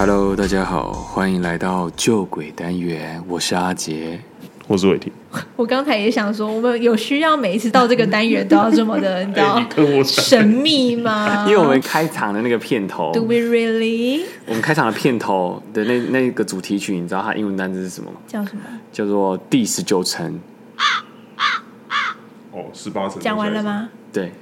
Hello， 大家好，欢迎来到救鬼单元，我是阿杰， 我是伟霆。 我刚才也想说，我们有需要每一次到这个单元都要这么的，你知道神秘吗？ 因为我们开场的那个片头 ，Do we really？ 我们开场的片头的那个主题曲，你知道它英文单字是什么吗？ 叫什么？ 叫做第19层。 哦，18层。 讲完了吗？ 对。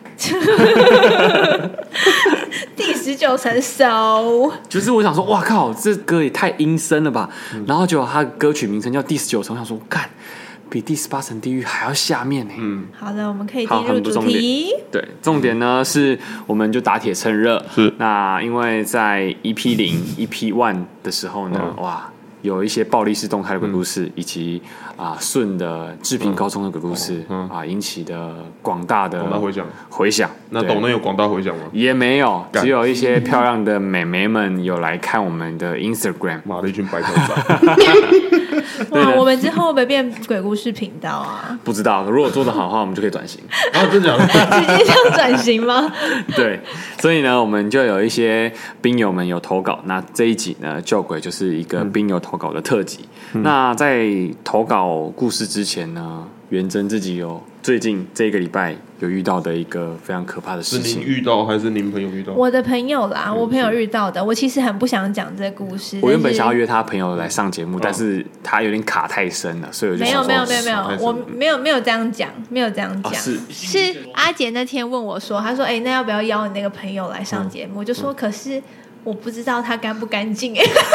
第19层，so 就是我想说，哇靠，这歌也太阴森了吧！然后结果它歌曲名称叫第19层，我想说，干，比第18层地狱还要下面呢。 好的，我们可以进入主题。 对，重点呢是，我们就打铁趁热。 是。 那因为在 EP0、EP1 的时候呢，哇，有一些暴力式动态的鬼故事，以及顺的志平高中的鬼故事，引起的广大的回响。 那抖内有广大回响吗？ 也没有，只有一些漂亮的美眉们有来看我们的 Instagram。 妈的一群白头仔！ 哇，我们之后会不会变鬼故事频道啊？ 不知道，如果做得好的话，我们就可以转型。 真的假的？ 直接这样转型吗？ 对，所以呢，我们就有一些兵友们有投稿。那这一集呢，救鬼就是一个兵友投稿的特辑。那在投稿故事之前呢，元真自己有最近这个礼拜有遇到的一个非常可怕的事情。 是您遇到还是您朋友遇到？ 我的朋友啦，我朋友遇到的。我其实很不想讲这个故事。 我原本想要约他朋友来上节目，但是他有点卡太深了，所以我就想说没有，我没有这样讲，没有这样讲。 是阿杰那天问我说，他说：“那要不要邀你那个朋友来上节目？”我就说：“可是我不知道他干不干净。”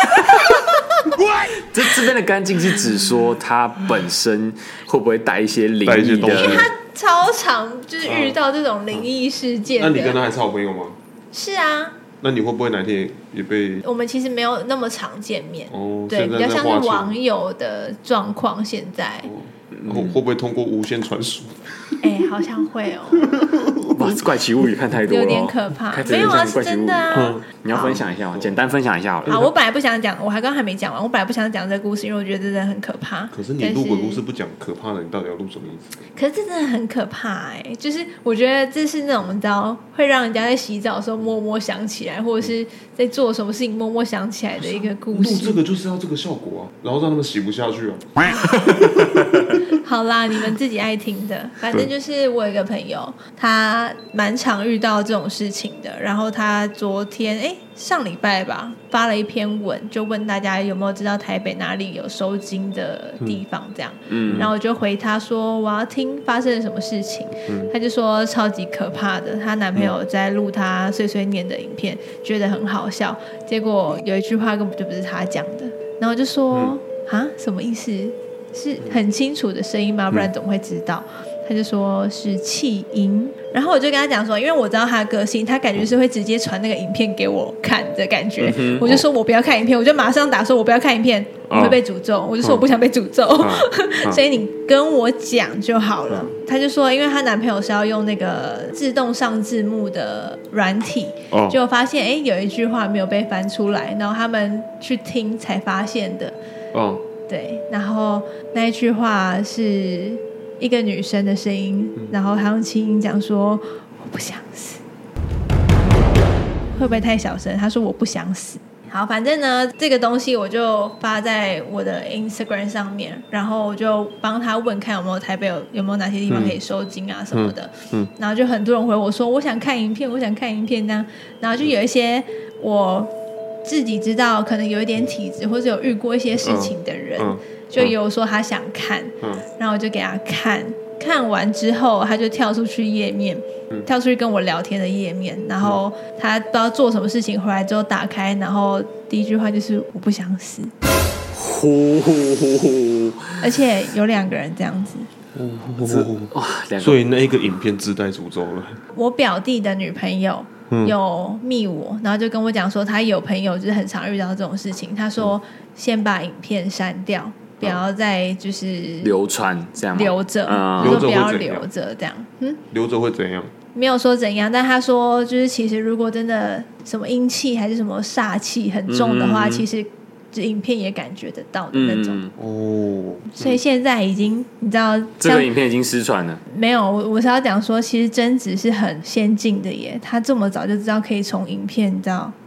这边的干净是指说他本身会不会带一些灵异的？ 因为他超常就是遇到这种灵异事件的。 那你跟他还是好朋友吗？ 是啊。 那你会不会哪天也被？我们其实没有那么常见面， 对， 比较像是网友的状况。现在会不会通过无线传输？ 好像会哦。 哇，怪奇物语看太多了， 有点可怕。没有啊，是真的啊。 你要分享一下吗？简单分享一下好了。 好，我本来不想讲，我刚刚还没讲完。我本来不想讲这个故事，因为我觉得真的很可怕。 可是你录鬼故事不讲可怕的，你到底要录什么意思？ 可是这真的很可怕就是我觉得这是那种你知道会让人家在洗澡的时候默默想起来，或者是在做什么事情默默想起来的一个故事。 录这个就是要这个效果啊，然后让他们洗不下去啊。 好啦，你们自己爱听的。反正就是我有一个朋友，他蛮常遇到这种事情的。然后他昨天上礼拜吧发了一篇文，就问大家有没有知道台北哪里有收金的地方这样。然后我就回他说我要听发生了什么事情。他就说超级可怕的，她男朋友在录他碎碎念的影片，觉得很好笑，结果有一句话根本就不是他讲的。然后我就说什么意思？是很清楚的声音吗？不然怎么会知道？他就说是气音，然后我就跟他讲说，因为我知道他的个性，他感觉是会直接传那个影片给我看的感觉。我就说我不要看影片，我就马上打说我不要看影片，我会被诅咒。我就说我不想被诅咒，所以你跟我讲就好了。他就说，因为她男朋友是要用那个自动上字幕的软体，结果发现有一句话没有被翻出来，然后他们去听才发现的。对，然后那一句话是一个女生的声音，然后她用轻音讲说我不想死。会不会太小声？她说我不想死。好，反正呢这个东西我就发在我的 Instagram 上面，然后我就帮他问看有没有台北有没有哪些地方可以收金啊什么的。然后就很多人回我说我想看影片，我想看影片这样。然后就有一些我自己知道可能有一点体质或者有遇过一些事情的人，就有说他想看，然后我就给他看完之后他就跳出去页面，跳出去跟我聊天的页面，然后他不知道做什么事情，回来之后打开，然后第一句话就是我不想死。而且有2个人这样子。 所以那一个影片自带诅咒了。 我表弟的女朋友有密我，然后就跟我讲说他有朋友就是很常遇到这种事情，他说先把影片删掉，不要再就是流传这样留着，说不要留着这样。 留着会怎样？ 没有说怎样，但他说就是其实如果真的什么阴气还是什么煞气很重的话，其实影片也感觉得到的那种。所以现在已经你知道这个影片已经失传了。 没有，我是要讲说其实贞子是很先进的耶，他这么早就知道可以从影片你知道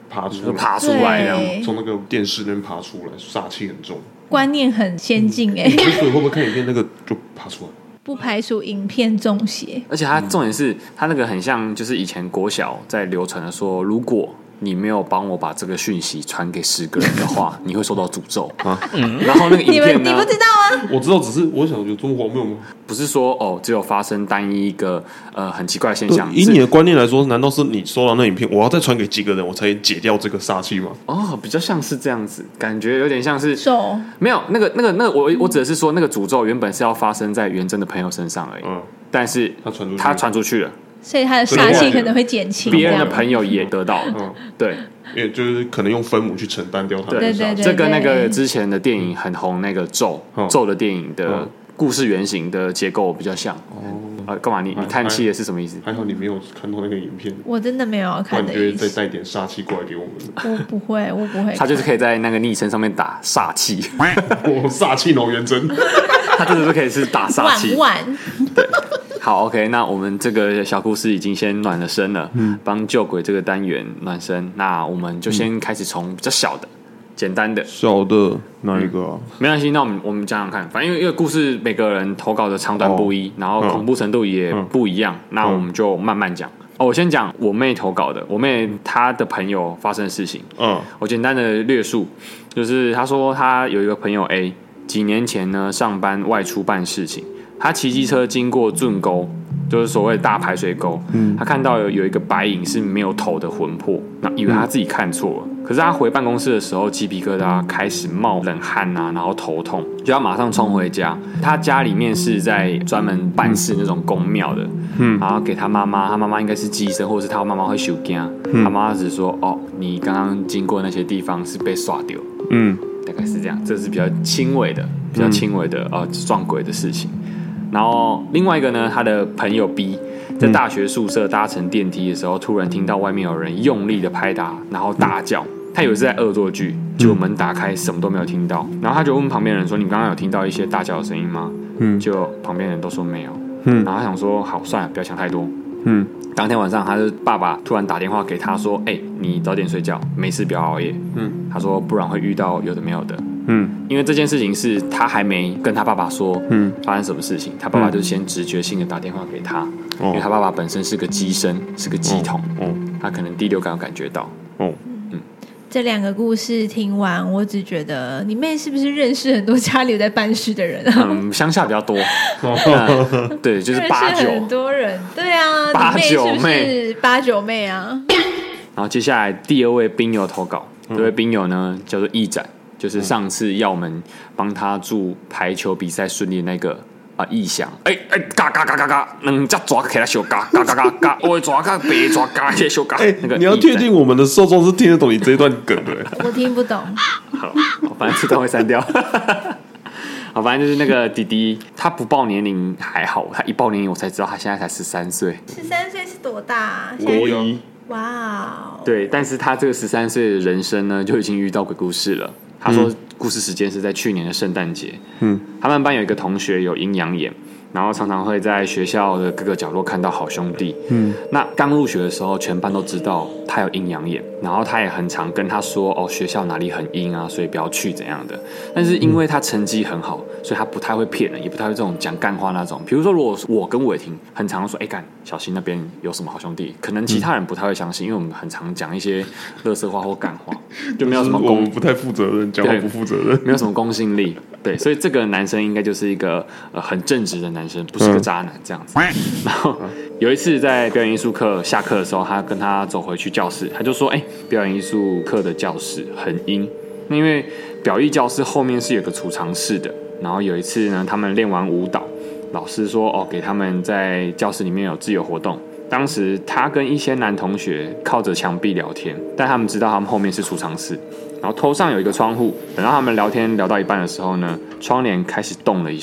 爬出来这样， 从那个电视那边爬出来，煞气很重， 观念很先进哎。 所以会不会看影片那个就爬出来？ 不排除影片中邪， 而且它重点是它那个很像，就是以前国小在流传的说，如果你没有帮我把这个讯息传给10个人的话，你会受到诅咒啊。然后那个影片呢， 你不知道吗？ 我知道，只是我想有这么荒谬吗？ 不是说只有发生单一一个很奇怪的现象。 以你的观念来说，难道是你收到那影片，我要再传给几个人，我才解掉这个煞气吗？ 比较像是这样子，感觉有点像是没有那个我指的是说，那个诅咒原本是要发生在元真的朋友身上而已，但是他传出去了。 所以他的煞气可能会减轻， 别人的朋友也得到了，对， 因为就是可能用分母去承担掉他的煞气。 这跟那个之前的电影很红那个咒的电影的故事原型的结构比较像。干嘛？你叹气的是什么意思？ 还好你没有看到那个影片， 我真的没有要看的意思。 你就会再带点煞气过来给我们。 我不会。 他就是可以在那个昵称上面打煞气， 煞气龙元真， 他真的是可以是打煞气。 对。 好 ，OK， 那我们这个小故事已经先暖了身了，帮救鬼这个单元暖身。那我们就先开始从比较小的、简单的。 小的哪一个啊？ 没关系，那我们讲讲看。反正因为故事每个人投稿的长短不一，然后恐怖程度也不一样，那我们就慢慢讲。我先讲我妹投稿的，我妹她的朋友发生的事情。我简单的略述，就是她说她有一个朋友 A， 几年前呢上班外出办事情。他骑机车经过圳沟，就是所谓的大排水沟，他看到有一个白影是没有头的魂魄，那以为他自己看错了。可是他回办公室的时候，鸡皮疙瘩开始冒冷汗啊，然后头痛，就要马上冲回家。他家里面是在专门办事那种公庙的，然后给他妈妈，他妈妈应该是乩身，或者是他妈妈会收惊，他妈妈只说你刚刚经过那些地方是被刷掉，大概是这样，这是比较轻微的撞鬼的事情。然后另外一个呢，他的朋友 B 在大学宿舍搭乘电梯的时候，突然听到外面有人用力的拍打，然后大叫。他以为是在恶作剧，结果门打开，什么都没有听到。然后他就问旁边人说：“你刚刚有听到一些大叫的声音吗？”结果旁边人都说没有。然后他想说：“好，算了，不要想太多。”当天晚上，他的爸爸突然打电话给他说：“你早点睡觉，没事不要熬夜。”他说：“不然会遇到有的没有的。”因为这件事情是他还没跟他爸爸说发生什么事情，他爸爸就先直觉性的打电话给他，因为他爸爸本身是个乩身，是个乩童，他可能第六感有感觉到。 这两个故事听完，我只觉得你妹是不是认识很多家里有在办事的人啊？ 乡下比较多，对，就是8、9 很多人，对啊 ，8、9 妹是8、9妹啊。 然后接下来第二位兵友投稿，这位兵友呢叫做义展。就是上次要我们帮他祝排球比赛顺利的那个义翔，嘎嘎嘎嘎嘎，两只抓起来小嘎嘎嘎嘎嘎，我抓嘎白抓嘎起来小嘎。 你要确定我们的受众是听得懂你这一段梗的。 我听不懂。 好，反正这段会删掉。好，反正就是那个弟弟，他不报年龄还好，他一报年龄我才知道他现在才13岁。 13岁是多大？ 国一。 哇哦。 对，但是他这个13岁的人生呢，就已经遇到鬼故事了。他说，故事时间是在去年的圣诞节。他们班有一个同学有阴阳眼，然后常常会在学校的各个角落看到好兄弟。那刚入学的时候，全班都知道他有阴阳眼，然后他也很常跟他说：“学校哪里很阴啊，所以不要去怎样的。”但是因为他成绩很好，所以他不太会骗人，也不太会这种讲干话那种。比如说，如果我跟伟霆很常说：“干，小心那边有什么好兄弟。”可能其他人不太会相信，因为我们很常讲一些垃圾话或干话，就没有什么我们不太负责任，讲话不负责任， 没有什么公信力。对，所以这个男生应该就是一个很正直的男生，不是个渣男这样子。然后有一次在表演艺术课下课的时候，他跟他走回去教室，他就说：“表演艺术课的教室很阴。”那因为表艺教室后面是有个储藏室的。然后有一次呢，他们练完舞蹈，老师说给他们在教室里面有自由活动。当时他跟一些男同学靠着墙壁聊天，但他们知道他们后面是储藏室，然后头上有一个窗户。等到他们聊天聊到一半的时候呢，窗帘开始动了一下，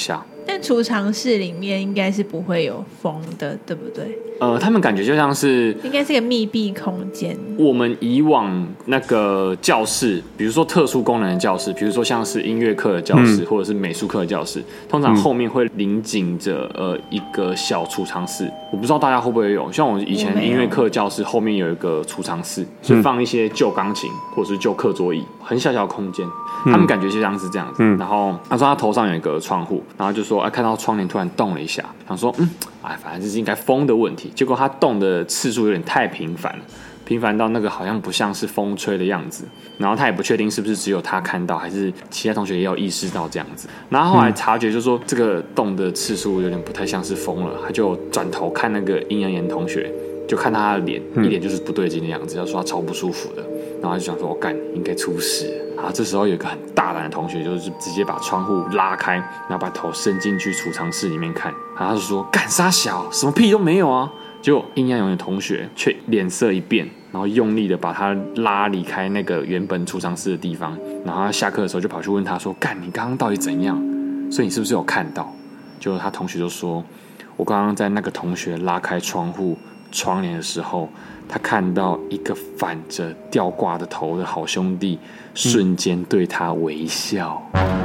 但储藏室里面应该是不会有风的，对不对？ 他们感觉就像是应该是个密闭空间。 我们以往那个教室，比如说特殊功能的教室，比如说像是音乐课的教室，或者是美术课的教室，通常后面会临紧着一个小储藏室。我不知道大家会不会有，像我以前音乐课教室后面有一个储藏室，是放一些旧钢琴或者是旧课桌椅，很小小的空间。他们感觉就像是这样子，然后他说他头上有一个窗户，然后就说看到窗帘突然动了一下，想说反正这是应该风的问题。结果他动的次数有点太频繁了，频繁到那个好像不像是风吹的样子，然后他也不确定是不是只有他看到，还是其他同学也有意识到这样子。然后后来察觉就说这个动的次数有点不太像是风了，他就转头看那个阴阳眼同学，就看他的脸，一脸就是不对劲的样子，他说他超不舒服的，然后他就想说我干应该出事了。然后这时候有一个很大胆的同学，就是直接把窗户拉开，然后把头伸进去储藏室里面看，然后他就说干啥小，什么屁都没有啊。结果阴阳眼的同学却脸色一变，然后用力的把他拉离开那个原本储藏室的地方，然后他下课的时候就跑去问他说干你刚刚到底怎样，所以你是不是有看到？结果他同学就说我刚刚在那个同学拉开窗帘的时候，他看到一个反着吊挂的头的好兄弟瞬间对他微笑。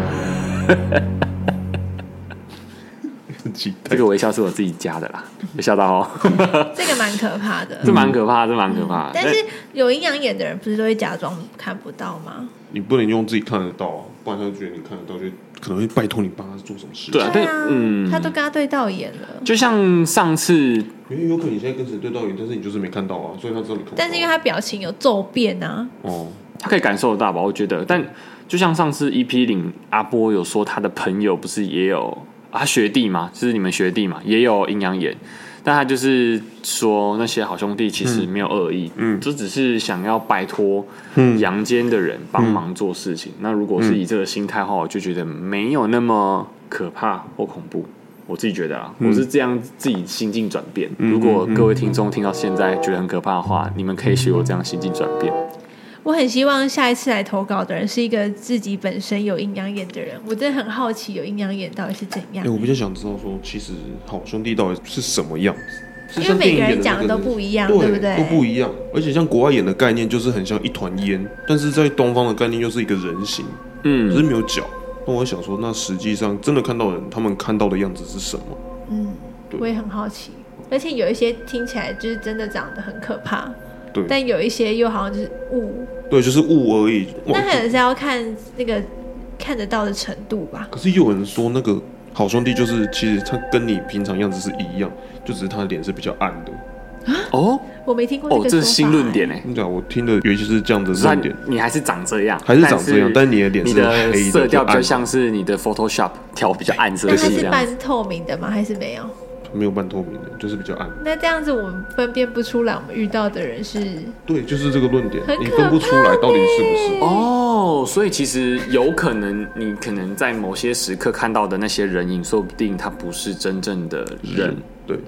这个微笑是我自己加的啦，有笑到哦。 这个蛮可怕的， 这蛮可怕的，这蛮可怕的。 但是有阴阳眼的人不是都会假装看不到吗？ 你不能用自己看得到啊，不然他就觉得你看得到，就可能会拜托你帮他做什么事情。 对啊， 他都跟他对到眼了。 就像上次， 因为有可能你现在跟谁对到眼，但是你就是没看到啊，所以他知道你看不到。 但是因为他表情有骤变啊， 他可以感受得到吧？我觉得，但就像上次 EP0阿波有说，他的朋友不是也有他学弟嘛，就是你们学弟嘛，也有阴阳眼。但他就是说那些好兄弟其实没有恶意，就只是想要摆脱阳间的人帮忙做事情。那如果是以这个心态的话，我就觉得没有那么可怕或恐怖。我自己觉得啊，我是这样自己心境转变。如果各位听众听到现在觉得很可怕的话，你们可以学我这样心境转变。 我很希望下一次来投稿的人是一个自己本身有阴阳眼的人，我真的很好奇有阴阳眼到底是怎样。 我比较想知道说，其实好兄弟到底是什么样子？ 因为每个人讲的都不一样，对不对？ 都不一样，而且像国外演的概念就是很像一团烟，但是在东方的概念又是一个人形，只是没有脚。那我想说，那实际上真的看到的人，他们看到的样子是什么？ 我也很好奇，而且有一些听起来就是真的长得很可怕。 对， 但有一些又好像就是雾， 对，就是雾而已。 那可能是要看那个看得到的程度吧。 可是又有人说，那个好兄弟就是其实他跟你平常样子是一样，就只是他的脸是比较暗的。 我没听过这个说法。 这是新论点哎。 对啊，我听的尤其是这样的论点。 你还是长这样， 还是长这样，但是你的脸是黑的， 你的色调比较像是你的 Photoshop 调比较暗色系这样。 那它是半透明的吗？还是没有？ 没有半透明的，就是比较暗。 那这样子我们分辨不出来，我们遇到的人是？ 对，就是这个论点，你分不出来到底是不是。所以其实有可能，你可能在某些时刻看到的那些人影，说不定他不是真正的人。 对，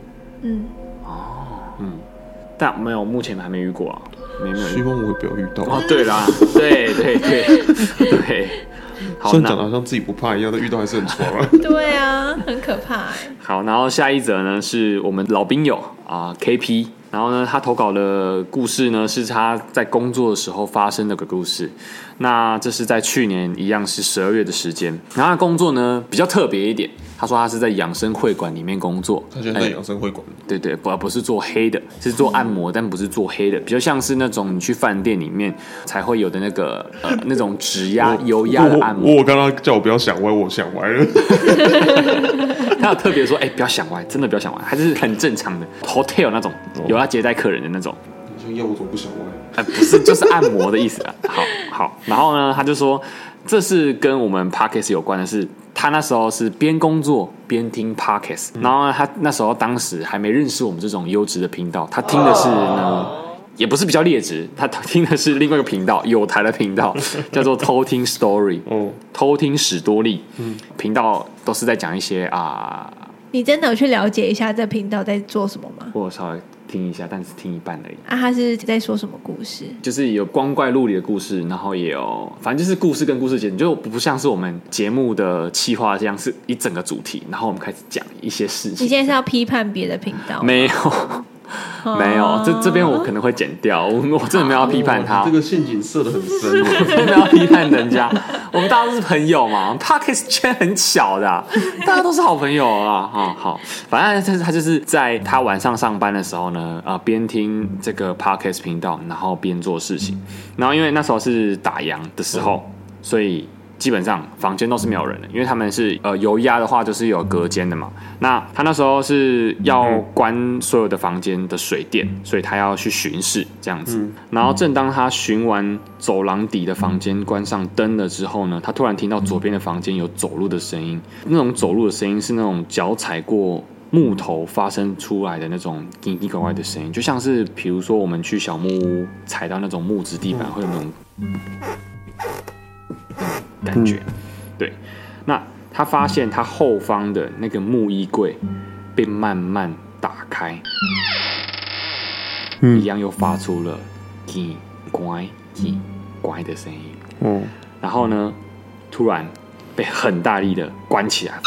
但没有，目前还没遇过啊，没有。 希望我不要遇到。 对啦，对。 虽然讲得好像自己不怕一样，但遇到还是很爽啊。 对啊，很可怕好，然后下一则呢是我们老兵友KP， 然后呢他投稿的故事呢是他在工作的时候发生的个故事。那这是在去年一样是12月的时间，然后他工作呢比较特别一点。他说他是在养生会馆里面工作， 他现在在养生会馆， 对，不是做黑的，是做按摩，但不是做黑的，比较像是那种你去饭店里面才会有的那个那种指压、油压的按摩。 我刚刚叫我不要想歪，我想歪了。 他有特别说，不要想歪，真的不要想歪，还是很正常的 hotel 那种，有要接待客人的那种。 你要我怎么不想歪？ 不是，就是按摩的意思啊。好，然后呢，他就说这是跟我们 Podcast 有关的是。他那时候是边工作边听 Podcast，然后他那时候当时还没认识我们这种优质的频道，他听的是呢，也不是比较劣质，他听的是另外一个频道，有台的频道，叫做偷听 Story， 偷听史多利，频道都是在讲一些你真的有去了解一下这频道在做什么吗？ 我稍微听一下，但是听一半而已。 啊，他是在说什么故事？ 就是有光怪陆离的故事，然后也有，反正就是故事跟故事间，就不像是我们节目的企划这样，是一整个主题，然后我们开始讲一些事情。 你现在是要批判别的频道？ 没有。没有，这边我可能会剪掉，我真的没有要批判他。 这个陷阱设得很深， 我没有要批判人家，我们大家都是朋友嘛 ，Podcast 圈很小的、大家都是好朋友啊。好，反正他就是在他晚上上班的时候呢，边听这个 Podcast 频道，然后边做事情。然后因为那时候是打烊的时候，所以基本上房间都是没有人的，因为他们是油压的话就是有隔间的嘛。那他那时候是要关所有的房间的水电，所以他要去巡视这样子。然后正当他巡完走廊底的房间，关上灯了之后呢，他突然听到左边的房间有走路的声音。那种走路的声音是那种脚踩过木头发生出来的那种叽叽怪怪的声音，就像是比如说我们去小木屋踩到那种木质地板会有那种感觉。对，那他发现他后方的那个木衣柜被慢慢打开，一样又发出了叽乖叽乖的声音。然后呢，突然被很大力的关起来。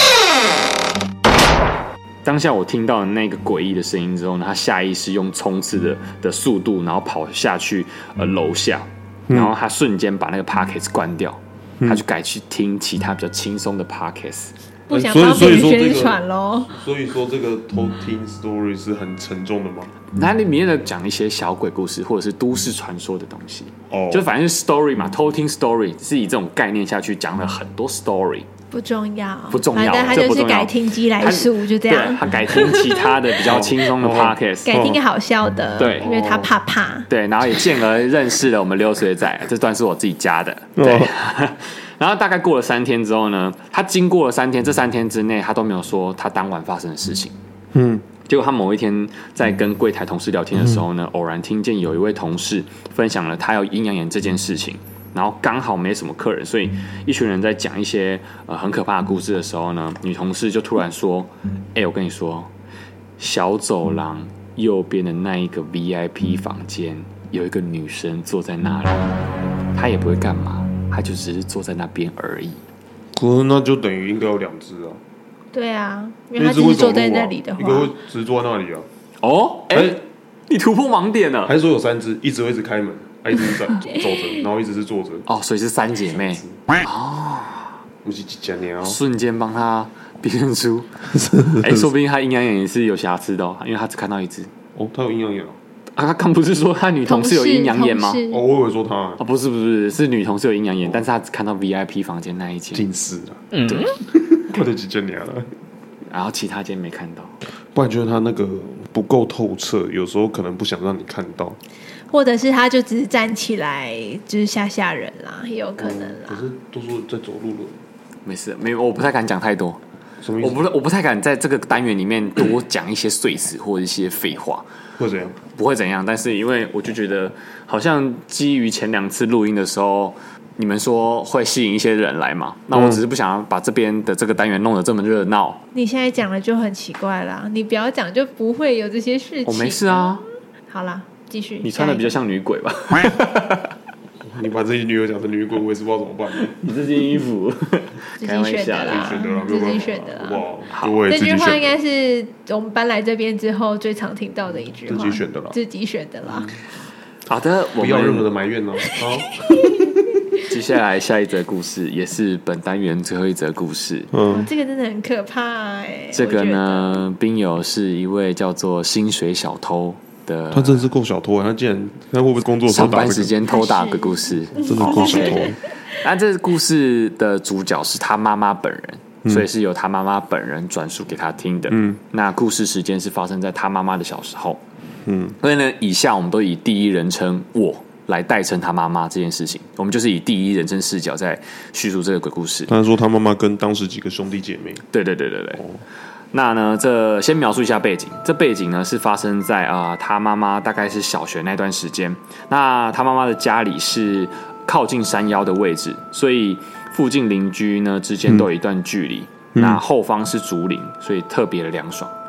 当下我听到了那个诡异的声音之后呢，他下意识用冲刺的速度，然后跑下去楼下，然后他瞬间把那个 podcast 关掉。他就改去听其他比较轻松的 podcast， 不想帮别人宣传咯。 所以说这个偷听 story 是很沉重的吗？ 它里面的讲一些小鬼故事或者是都市传说的东西，就反正是 story 嘛，偷听 story 是以这种概念下去讲了很多 story。 不重要， 反正他就是改听鸡来数，就这样。 他改听其他的比较轻松的 podcast， 改听个好笑的，对，因为他怕。 对，然后也进而认识了我们溜水仔，这段是我自己加的。对，然后大概过了3天之后呢，他经过了3天，这3天之内他都没有说他当晚发生的事情。结果他某一天在跟柜台同事聊天的时候呢，偶然听见有一位同事分享了他有阴阳眼这件事情。然后刚好没什么客人，所以一群人在讲一些很可怕的故事的时候呢，女同事就突然说：“我跟你说，小走廊右边的那一个 VIP 房间有一个女生坐在那里，她也不会干嘛，她就只是坐在那边而已。” 可是那就等于应该有2只啊。 对啊，因为她只是坐在那里的话， 一个会只坐在那里啊。 你突破盲点了。 还是说有3只，一直会一直开门？一直是走着，然后一直是坐着。 所以是3姐妹。 不是几家年瞬间帮她辨认出。说不定她阴阳眼也是有瑕疵的因为她只看到1只。 她有阴阳眼他刚不是说他女同事有阴阳眼吗？ 我以为说他不是，是女同事有阴阳眼，但是她只看到 VIP 房间那一间。 近视啊。 对， 快得几年了。 然后其他间没看到。 不然觉得他那个不够透彻，有时候可能不想让你看到。 或者是他就只是站起来，就是吓人啦，也有可能啦。 可是都说在走路了， 没事，我不太敢讲太多。 什么意思？ 我不太敢在这个单元里面多讲一些碎词或者一些废话。 会怎样？ 不会怎样，但是因为我就觉得，好像基于前2次录音的时候，你们说会吸引一些人来嘛，那我只是不想要把这边的这个单元弄得这么热闹。 你现在讲了就很奇怪啦，你不要讲就不会有这些事情。 我没事啊。 好啦。继续， 你穿的比较像女鬼吧？ 你把自己女友讲成女鬼，我也是不知道怎么办。 你这件衣服， 自己选的啦，自己选的啦。 好， 这句话应该是我们搬来这边之后最常听到的一句话。 自己选的啦， 自己选的啦。 好的， 不要任何的埋怨哦。好， 接下来下一则故事也是本单元最后一则故事。 这个真的很可怕这个呢，冰友是一位叫做薪水小偷。 他真的是够小偷他竟然会不会工作上班时间偷打个故事， 真的够小偷。 那这个故事的主角是他妈妈本人，所以是由他妈妈本人转述给他听的。那故事时间是发生在他妈妈的小时候。所以呢，以下我们都以第一人称我来代称他妈妈这件事情，我们就是以第一人称视角在叙述这个鬼故事。 他说他妈妈跟当时几个兄弟姐妹。 对。那呢，这先描述一下背景。这背景呢是发生在他妈妈大概是小学那段时间。那他妈妈的家里是靠近山腰的位置，所以附近邻居呢之间都有一段距离。那后方是竹林，所以特别的凉爽，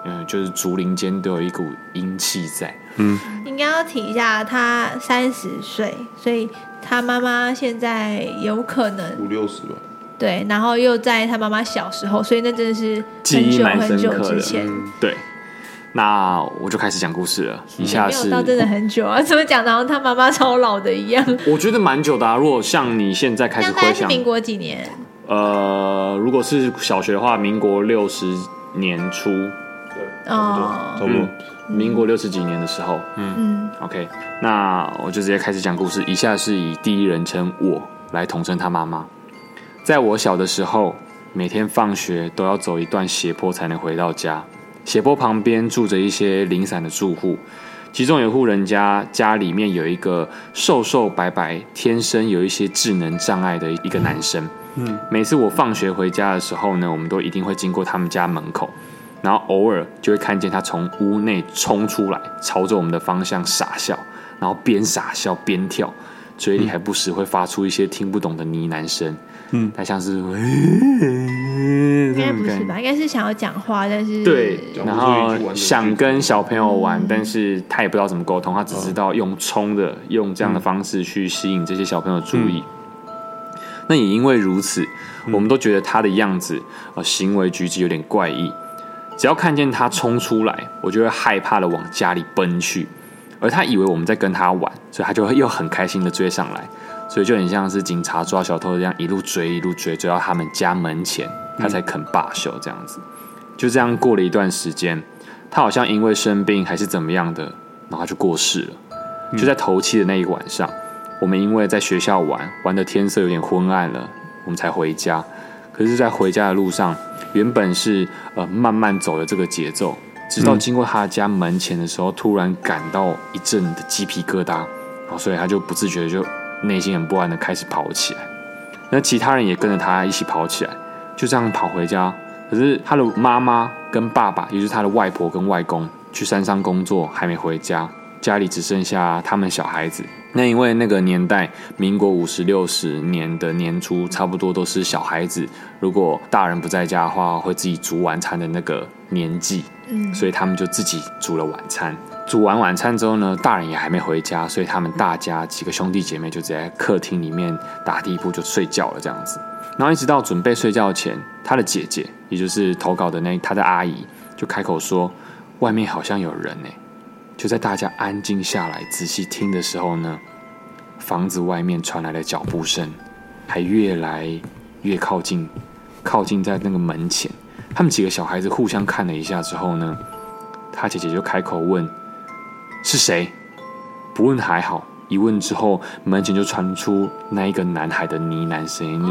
就是竹林间都有一股阴气在。 应该要提一下，他30岁，所以他妈妈现在有可能 50-60吧。 对，然后又在他妈妈小时候，所以那真的是记忆蛮深刻的很久之前。 对，那我就开始讲故事了。以下是没有到真的很久啊，怎么讲的好像他妈妈超老的一样？ 我觉得蛮久的啊。如果像你现在开始大概回想， 是民国几年？ 如果是小学的话，民国60年初， 哦， 差不多。 民国60几年的时候。OK， 那我就直接开始讲故事。以下是以第一人称我来统称他妈妈。在我小的时候，每天放学都要走一段斜坡才能回到家。斜坡旁边住着一些零散的住户，其中有一户人家家里面有一个瘦瘦白白、天生有一些智能障碍的一个男生。每次我放学回家的时候呢，我们都一定会经过他们家门口，然后偶尔就会看见他从屋内冲出来，朝着我们的方向傻笑，然后边傻笑边跳，嘴里还不时会发出一些听不懂的呢喃声。他像是应该不是吧？应该是想要讲话，但是对，然后想跟小朋友玩，但是他也不知道怎么沟通，他只知道用冲的，用这样的方式去吸引这些小朋友注意。那也因为如此，我们都觉得他的样子行为举止有点怪异。只要看见他冲出来，我就会害怕的往家里奔去，而他以为我们在跟他玩，所以他就会又很开心的追上来。所以就很像是警察抓小偷这样一路追追到他们家门前，他才肯罢休这样子。就这样过了一段时间，他好像因为生病还是怎么样的，然后他就过世了。就在头七的那一个晚上，我们因为在学校玩的天色有点昏暗了，我们才回家。可是在回家的路上，原本是慢慢走的这个节奏，直到经过他的家门前的时候，突然感到一阵的鸡皮疙瘩，然后所以他就不自觉的就内心很不安的开始跑起来。那其他人也跟着他一起跑起来，就这样跑回家。可是他的妈妈跟爸爸，也就是他的外婆跟外公，去山上工作还没回家，家里只剩下他们小孩子。那因为那个年代，民国50、60年的年初，差不多都是小孩子如果大人不在家的话，会自己煮晚餐的那个年纪。所以他们就自己煮了晚餐。煮完晚餐之后呢，大人也还没回家，所以他们大家几个兄弟姐妹就在客厅里面打地铺就睡觉了这样子。然后一直到准备睡觉前，他的姐姐，也就是投稿的他的阿姨，就开口说外面好像有人欸。就在大家安静下来仔细听的时候呢，房子外面传来了脚步声，还越来越靠近在那个门前。他们几个小孩子互相看了一下之后呢，他姐姐就开口问是谁。不问还好，一问之后，门前就传出那一个男孩的呢喃声音，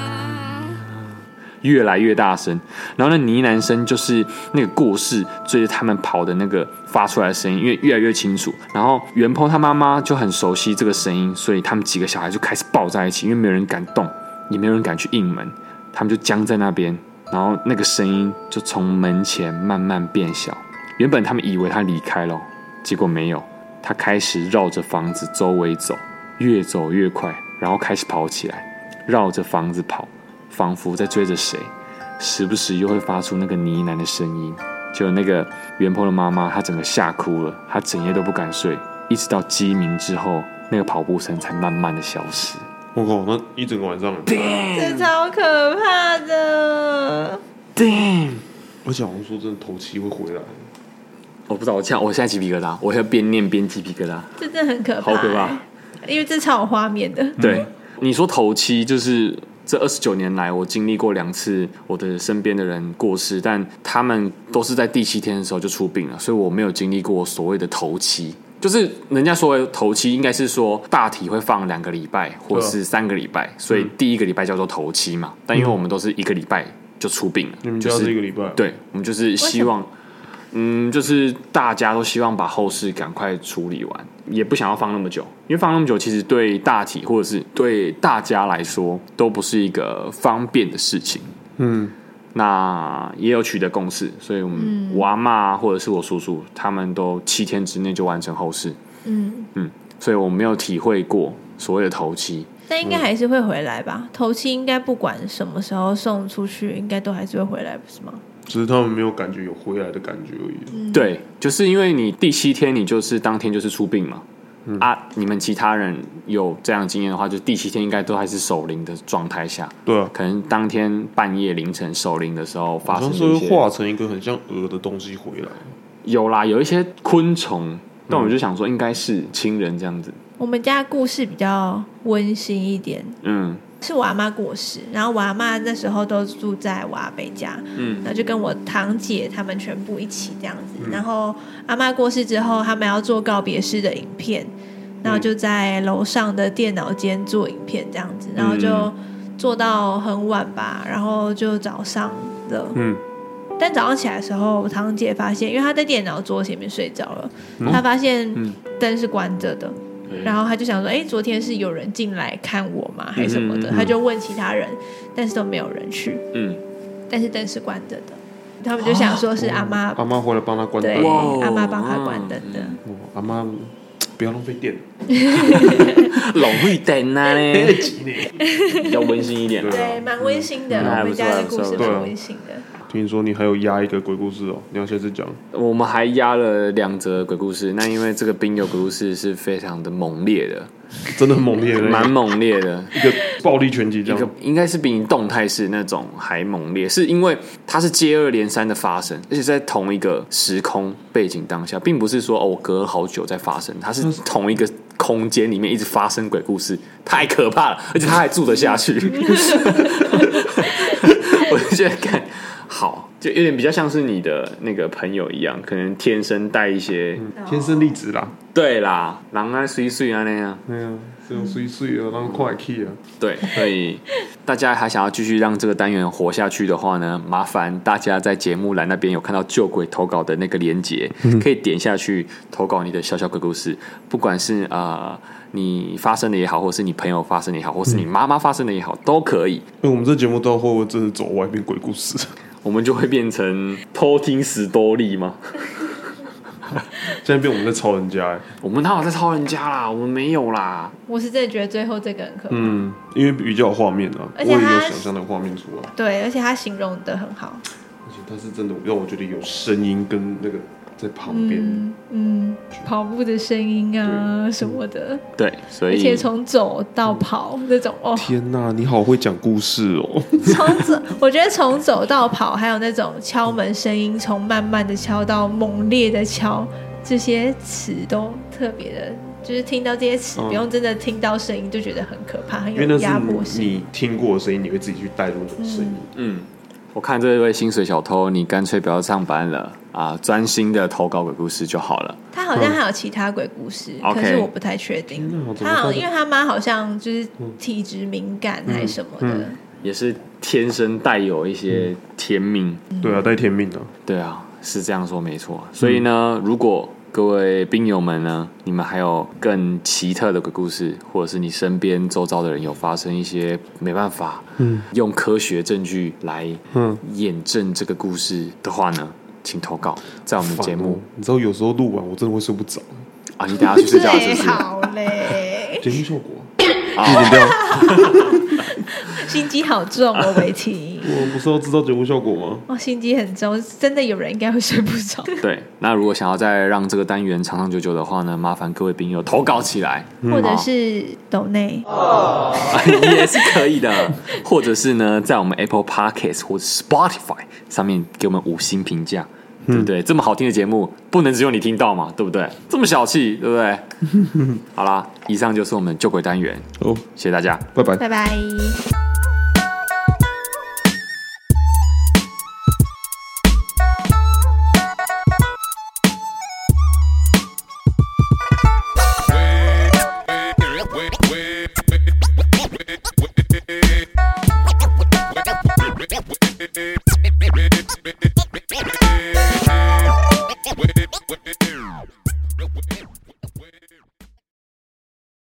越来越大声。然后那呢喃声就是那个过世追着他们跑的那个发出来的声音，因为越来越清楚。然后元坡他妈妈就很熟悉这个声音，所以他们几个小孩就开始抱在一起，因为没有人敢动，也没有人敢去应门，他们就僵在那边。然后那个声音就从门前慢慢变小。原本他们以为他离开了，结果没有，他开始绕着房子周围走，越走越快，然后开始跑起来，绕着房子跑，仿佛在追着谁，时不时又会发出那个呢喃的声音。就那个元坡的妈妈，她整个吓哭了，她整夜都不敢睡，一直到鸡鸣之后，那个跑步声才慢慢的消失。 我靠，那一整个晚上， 这超可怕的。 Damn！ 而且好像说真的，头七会回来。 我不知道，我现在鸡皮疙瘩，我会边念边鸡皮疙瘩， 这真的很可怕， 好可怕， 因为这超有画面的。 对，你说头七就是这29年来，我经历过2次我的身边的人过世，但他们都是在第7天的时候就出殡了，所以我没有经历过所谓的头七。就是人家说的头七，应该是说大体会放2个礼拜或是3个礼拜，所以第1个礼拜叫做头七嘛。但因为我们都是1个礼拜就出殡了， 你们就是1个礼拜， 对，我们就是希望。就是大家都希望把后事赶快处理完，也不想要放那么久，因为放那么久其实对大体或者是对大家来说都不是一个方便的事情。那也有取得共识，所以我阿嬷或者是我叔叔他们都7天之内就完成后事。所以我没有体会过所谓的头七， 但应该还是会回来吧？头七应该不管什么时候送出去，应该都还是会回来，不是吗？ 只是他们没有感觉有回来的感觉而已。 对，就是因为你第7天你就是当天就是出殡嘛。你们其他人有这样的经验的话，就第7天应该都还是守灵的状态下。 对啊， 可能当天半夜凌晨守灵的时候发生的一些， 好像是会化成一个很像蛾的东西回来。 有啦，有一些昆虫，但我就想说应该是亲人这样子。 我们家的故事比较温馨一点，是我阿嬷过世，然后我阿嬷那时候都住在我阿伯家，然后就跟我堂姐他们全部一起这样子，然后阿嬷过世之后，他们要做告别式的影片，然后就在楼上的电脑间做影片这样子，然后就做到很晚吧，然后就早上了，但早上起来的时候，我堂姐发现，因为她在电脑桌前面睡着了，她发现灯是关着的。然后他就想说，昨天是有人进来看我吗，还是什么的？他就问其他人，但是都没有人去。但是灯是关着的，他们就想说是阿妈， 阿妈回来帮他关灯。 对，阿妈帮他关灯的。 阿妈不要浪费电， 浪费电啊呢，比较温馨一点。 对，蛮温馨的。我们家的故事蛮温馨的。 听说你还有压一个鬼故事哦，你要下次讲。 我们还压了2则鬼故事，那因为这个冰友鬼故事是非常的猛烈的， 真的很猛烈的， 蛮猛烈的， 一个暴力拳击这样， 应该是比你动态式那种还猛烈，是因为它是接二连三的发生，而且在同一个时空背景当下，并不是说我隔了好久再发生，它是同一个空间里面一直发生鬼故事，太可怕了，而且它还住得下去。我就觉得看好，就有点比较像是你的那个朋友一样，可能天生带一些天生丽质啦。 对啦，人爱水水啊那样。 对啊，这种水水啊，让快去啊。 对，所以大家还想要继续让这个单元活下去的话呢，麻烦大家在节目栏那边有看到旧鬼投稿的那个连结，可以点下去投稿你的小小鬼故事，不管是你发生的也好，或是你朋友发生的也好，或是你妈妈发生的也好，都可以。 因为我们这节目到后会真的走外面鬼故事， 我们就会变成偷听史多利吗？ 现在变我们在抄人家我们哪有在抄人家啦？我们没有啦。 我是真的觉得最后这个很可怕。 因为比较有画面啊， 而且我也有想象的画面出来。 对，而且他形容的很好。 而且他是真的让我觉得有声音跟那个在旁边， 跑步的声音啊什么的。 对，所以而且从走到跑那种天哪，你好会讲故事哦！ 我觉得从走到跑，还有那种敲门声音，从慢慢的敲到猛烈的敲，这些词都特别的，就是听到这些词，不用真的听到声音就觉得很可怕，很有压迫性。 你听过的声音，你会自己去带入那个声音。 我看这位薪水小偷，你干脆不要上班了啊，专心的投稿鬼故事就好了。 他好像还有其他鬼故事，可是我不太确定。他好像因为他妈好像就是体质敏感还是什么的， 也是天生带有一些天命。 对啊，带天命啊。 对啊，是这样说没错。所以呢，如果各位兵友们呢，你们还有更奇特的鬼故事，或者是你身边周遭的人有发生一些没办法用科学证据来验证这个故事的话呢，请投稿在我们的节目。 你知道有时候录完我真的会睡不着啊！你等一下去睡觉是不是？ 好嘞， 节目效果剪掉。 心机好重哦，伟霆。 我不是要知道节目效果吗？ 心机很重，真的有人应该会睡不着。 对，那如果想要再让这个单元长长久久的话呢，麻烦各位兵友投稿起来， 或者是抖内也是可以的，或者是呢，在我们 Apple Podcast 或者 Spotify 上面给我们5星评价。对不对？这么好听的节目，不能只有你听到嘛，对不对？这么小气，对不对？好啦，以上就是我们救鬼单元。谢谢大家， 拜拜， 拜拜。